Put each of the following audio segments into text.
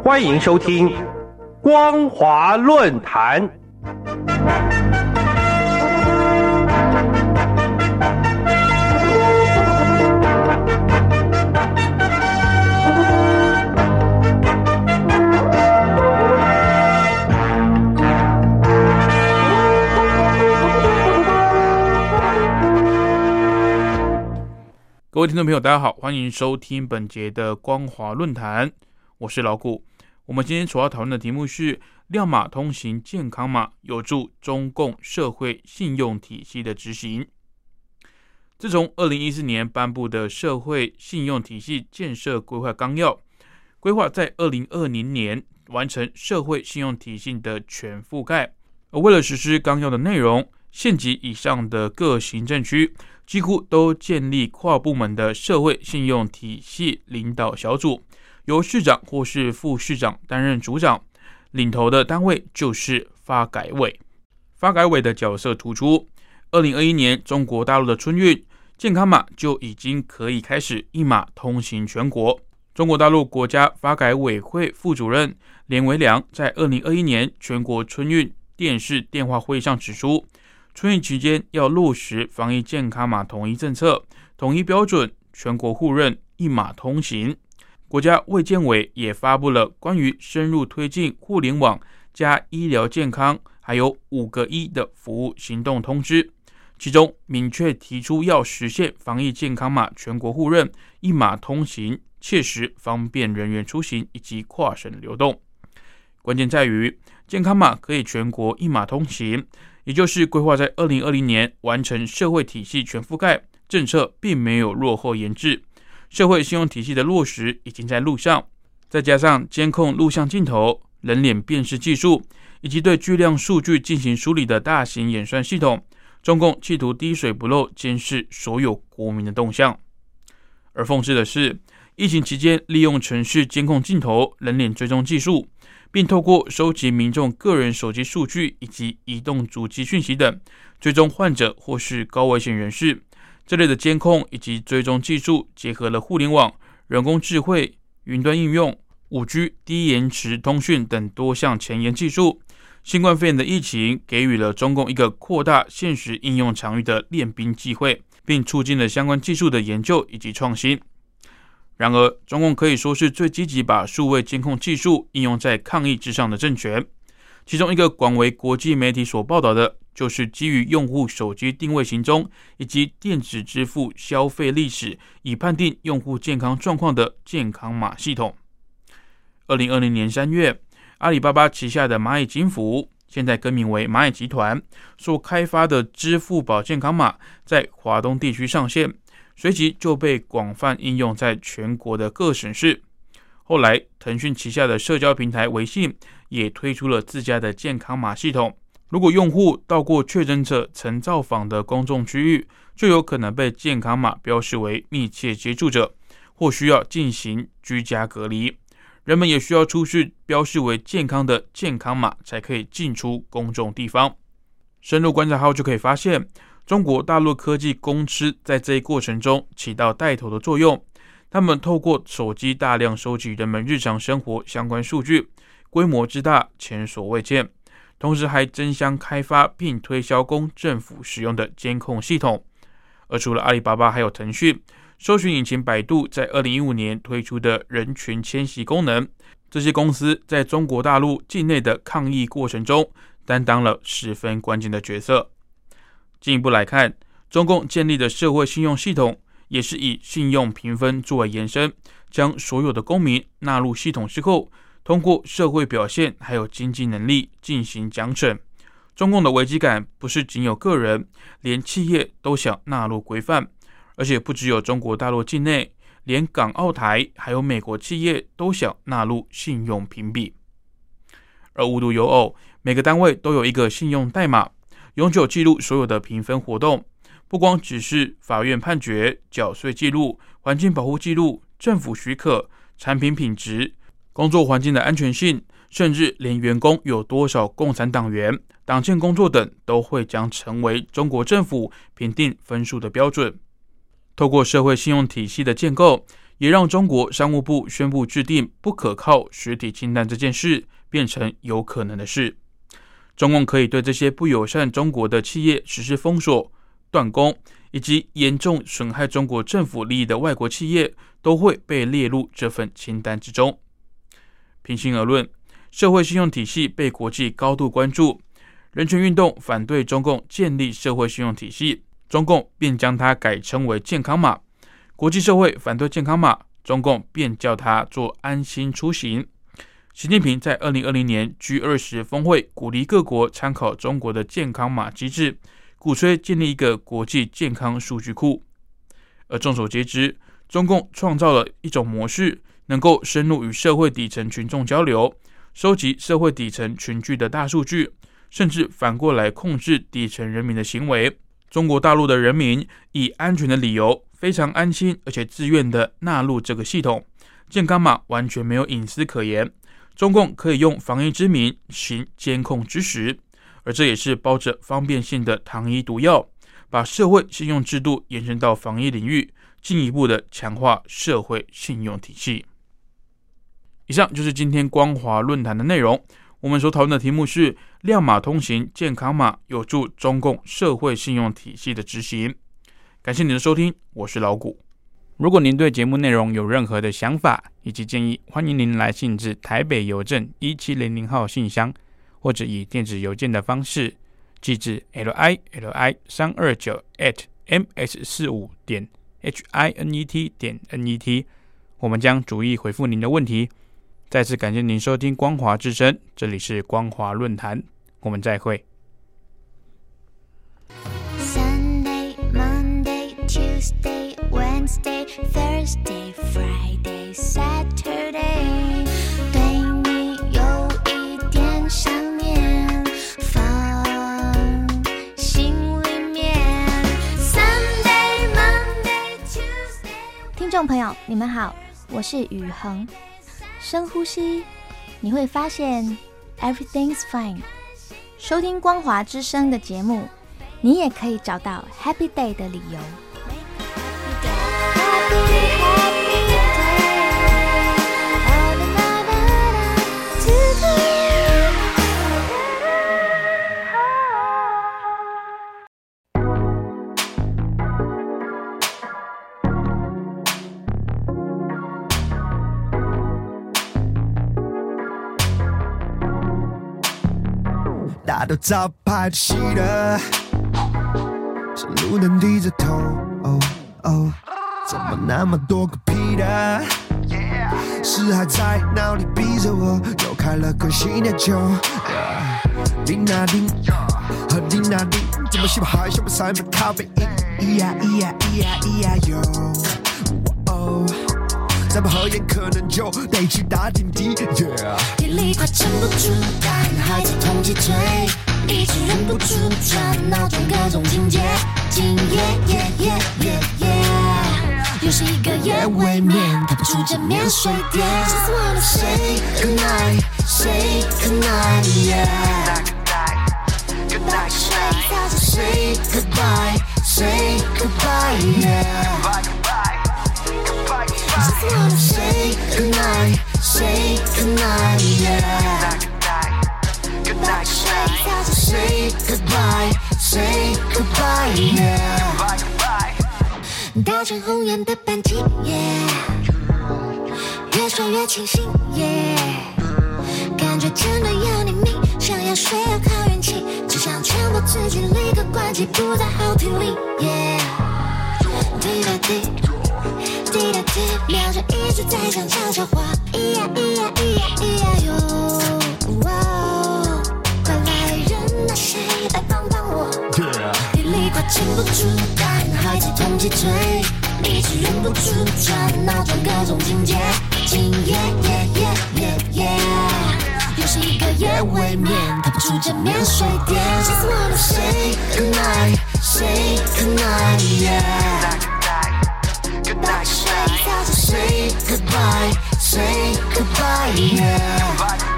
欢迎收听光华论坛。 各位听众朋友大家好，欢迎收听本节的光华论坛，我是老谷。我们今天主要讨论的题目是亮码通行健康码有助中共社会信用体系的执行。自从2014年颁布的社会信用体系建设规划纲要，规划在2020年完成社会信用体系的全覆盖。而为了实施纲要的内容，县级以上的各行政区几乎都建立跨部门的社会信用体系领导小组，由市长或是副市长担任组长，领头的单位就是发改委。发改委的角色突出。2021年中国大陆的春运，健康码就已经可以开始一码通行全国。中国大陆国家发改委会副主任连维良在2021年全国春运电视电话会议上指出，春运期间要落实防疫健康码统一政策、统一标准、全国互认、一码通行。国家卫健委也发布了关于深入推进互联网加医疗健康还有5个1的服务行动通知，其中明确提出要实现防疫健康码全国互认、一码通行，切实方便人员出行以及跨省流动。关键在于健康码可以全国一码通行，也就是规划在2020年完成社会体系全覆盖，政策并没有落后延滞，社会信用体系的落实已经在路上。再加上监控录像镜头、人脸辨识技术以及对巨量数据进行梳理的大型演算系统，中共企图滴水不漏监视所有国民的动向。而讽刺的是，疫情期间利用城市监控镜头、人脸追踪技术，并透过收集民众个人手机数据以及移动足迹讯息等，追踪患者或是高危险人士。这类的监控以及追踪技术结合了互联网、人工智慧、云端应用、5G 低延迟通讯等多项前沿技术。新冠肺炎的疫情给予了中共一个扩大现实应用场域的练兵机会，并促进了相关技术的研究以及创新。然而，中共可以说是最积极把数位监控技术应用在抗疫之上的政权。其中一个广为国际媒体所报道的，就是基于用户手机定位行踪以及电子支付消费历史，以判定用户健康状况的健康码系统。2020年3月，阿里巴巴旗下的蚂蚁金服，现在更名为蚂蚁集团，所开发的支付宝健康码在华东地区上线，随即就被广泛应用在全国的各省市。后来，腾讯旗下的社交平台微信也推出了自家的健康码系统。如果用户到过确诊者曾造访的公众区域，就有可能被健康码标示为密切接触者，或需要进行居家隔离。人们也需要出示标示为健康的健康码，才可以进出公众地方。深入观察后就可以发现，中国大陆科技公司在这一过程中起到带头的作用。他们透过手机大量收集人们日常生活相关数据，规模之大前所未见。同时还争相开发并推销供政府使用的监控系统。而除了阿里巴巴还有腾讯，搜寻引擎百度在2015年推出的人群迁徙功能，这些公司在中国大陆境内的抗疫过程中担当了十分关键的角色。进一步来看，中共建立的社会信用系统也是以信用评分作为延伸，将所有的公民纳入系统之后，通过社会表现还有经济能力进行奖惩。中共的危机感不是仅有个人，连企业都想纳入规范，而且不只有中国大陆境内，连港澳台还有美国企业都想纳入信用评比。而无独有偶，每个单位都有一个信用代码，永久记录所有的评分活动，不光只是法院判决、缴税记录、环境保护记录、政府许可、产品品质、工作环境的安全性，甚至连员工有多少共产党员、党建工作等，都会将成为中国政府评定分数的标准。透过社会信用体系的建构， 也让中国商务部宣布制定不可靠实体清单这件事变成有可能的事。中共可以对这些不友善中国的企业实施封锁、断供，以及严重损害中国政府利益的外国企业都会被列入这份清单之中。平心而论，社会信用体系被国际高度关注，人权运动反对中共建立社会信用体系，中共便将它改称为健康码；国际社会反对健康码，中共便叫它做安心出行。习近平在2020年 G20 峰会鼓励各国参考中国的健康码机制，鼓吹建立一个国际健康数据库。而众所皆知，中共创造了一种模式，能够深入与社会底层群众交流，收集社会底层群聚的大数据，甚至反过来控制底层人民的行为。中国大陆的人民以安全的理由非常安心而且自愿地纳入这个系统，健康码完全没有隐私可言，中共可以用防疫之名行监控之实，而这也是包着方便性的糖衣毒药，把社会信用制度延伸到防疫领域，进一步的强化社会信用体系。以上就是今天光华论坛的内容。我们所讨论的题目是亮码通行健康码有助中共社会信用体系的执行。感谢您的收听，我是老谷。如果您对节目内容有任何的想法以及建议，欢迎您来信至台北邮政1700号信箱，或者以电子邮件的方式寄至 lili329@ms45.hinet.net， 我们将逐一回复您的问题。再次感谢您收听光华之声，这里是光华论坛，我们再会。 Sunday, Monday, Tuesday, Wednesday, Thursday, Friday, Saturday， 对你有一点想念，放心里面。Sunday, Monday, Tuesday。听众朋友，你们好，我是宇恒。深呼吸，你会发现 everything's fine。收听光华之声的节目，你也可以找到 Happy Day 的理由。 大都早拍着戏了，是路灯低着头，怎么那么多个屁的？是还在脑里逼着我，又开了个新的酒。丁拿丁和丁拿丁，怎么洗不好，想不上的咖啡因，咿呀咿呀咿呀咿呀哟。再不合眼可能就得去打点滴。 体力快撑不住，但还在同期追，一直忍不住转脑中各种情节，今夜又是一个夜未眠，逃不出这眠水点。Just wanna say good night, say good night, yeah. Good night, say goodbye, say goodbye, yeah.Just wanna say goodnight, say goodnight, yeah. Good night, say goodbye, say goodbye, yeah. 搭乘红眼的班机 ，yeah， 越说越清醒 ，yeah， 感觉真的要你命，想要睡要靠运气，只想强迫自己立刻关机，不在后庭里 ，yeah。滴答滴。滴答滴，秒针一直在讲悄悄话，咿呀咿呀咿呀咿呀哟，快来人啊，谁来帮帮我？体力快撑不住，但还在同期追，一直忍不住转脑中各种情节，今夜又是一个夜未眠，逃不出这眠水点。Just wanna say goodnight, say goodnight, yeah.Good night, say goodbye, say goodbye, yeah.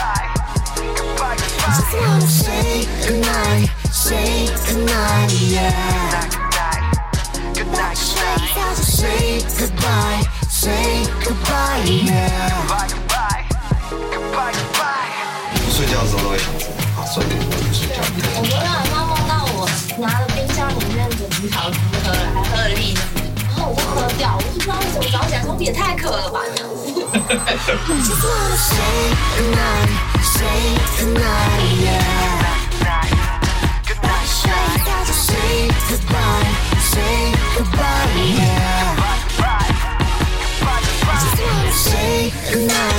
Just wanna say goodnight, say goodnight, yeah. Good night, say goodbye, say goodbye, yeah. 睡觉的时候都会想着，好，算了，我就睡觉。 我昨天晚上梦到我拿了冰箱里面的葡萄汁喝了，还喝了荔枝，然后我就喝掉，我就不知道为什么早上起来说也太渴了吧这样子。 Just wanna say goodnight, say goodnight, yeah. Say goodbye, say goodbye, yeah. Just wanna say goodnight.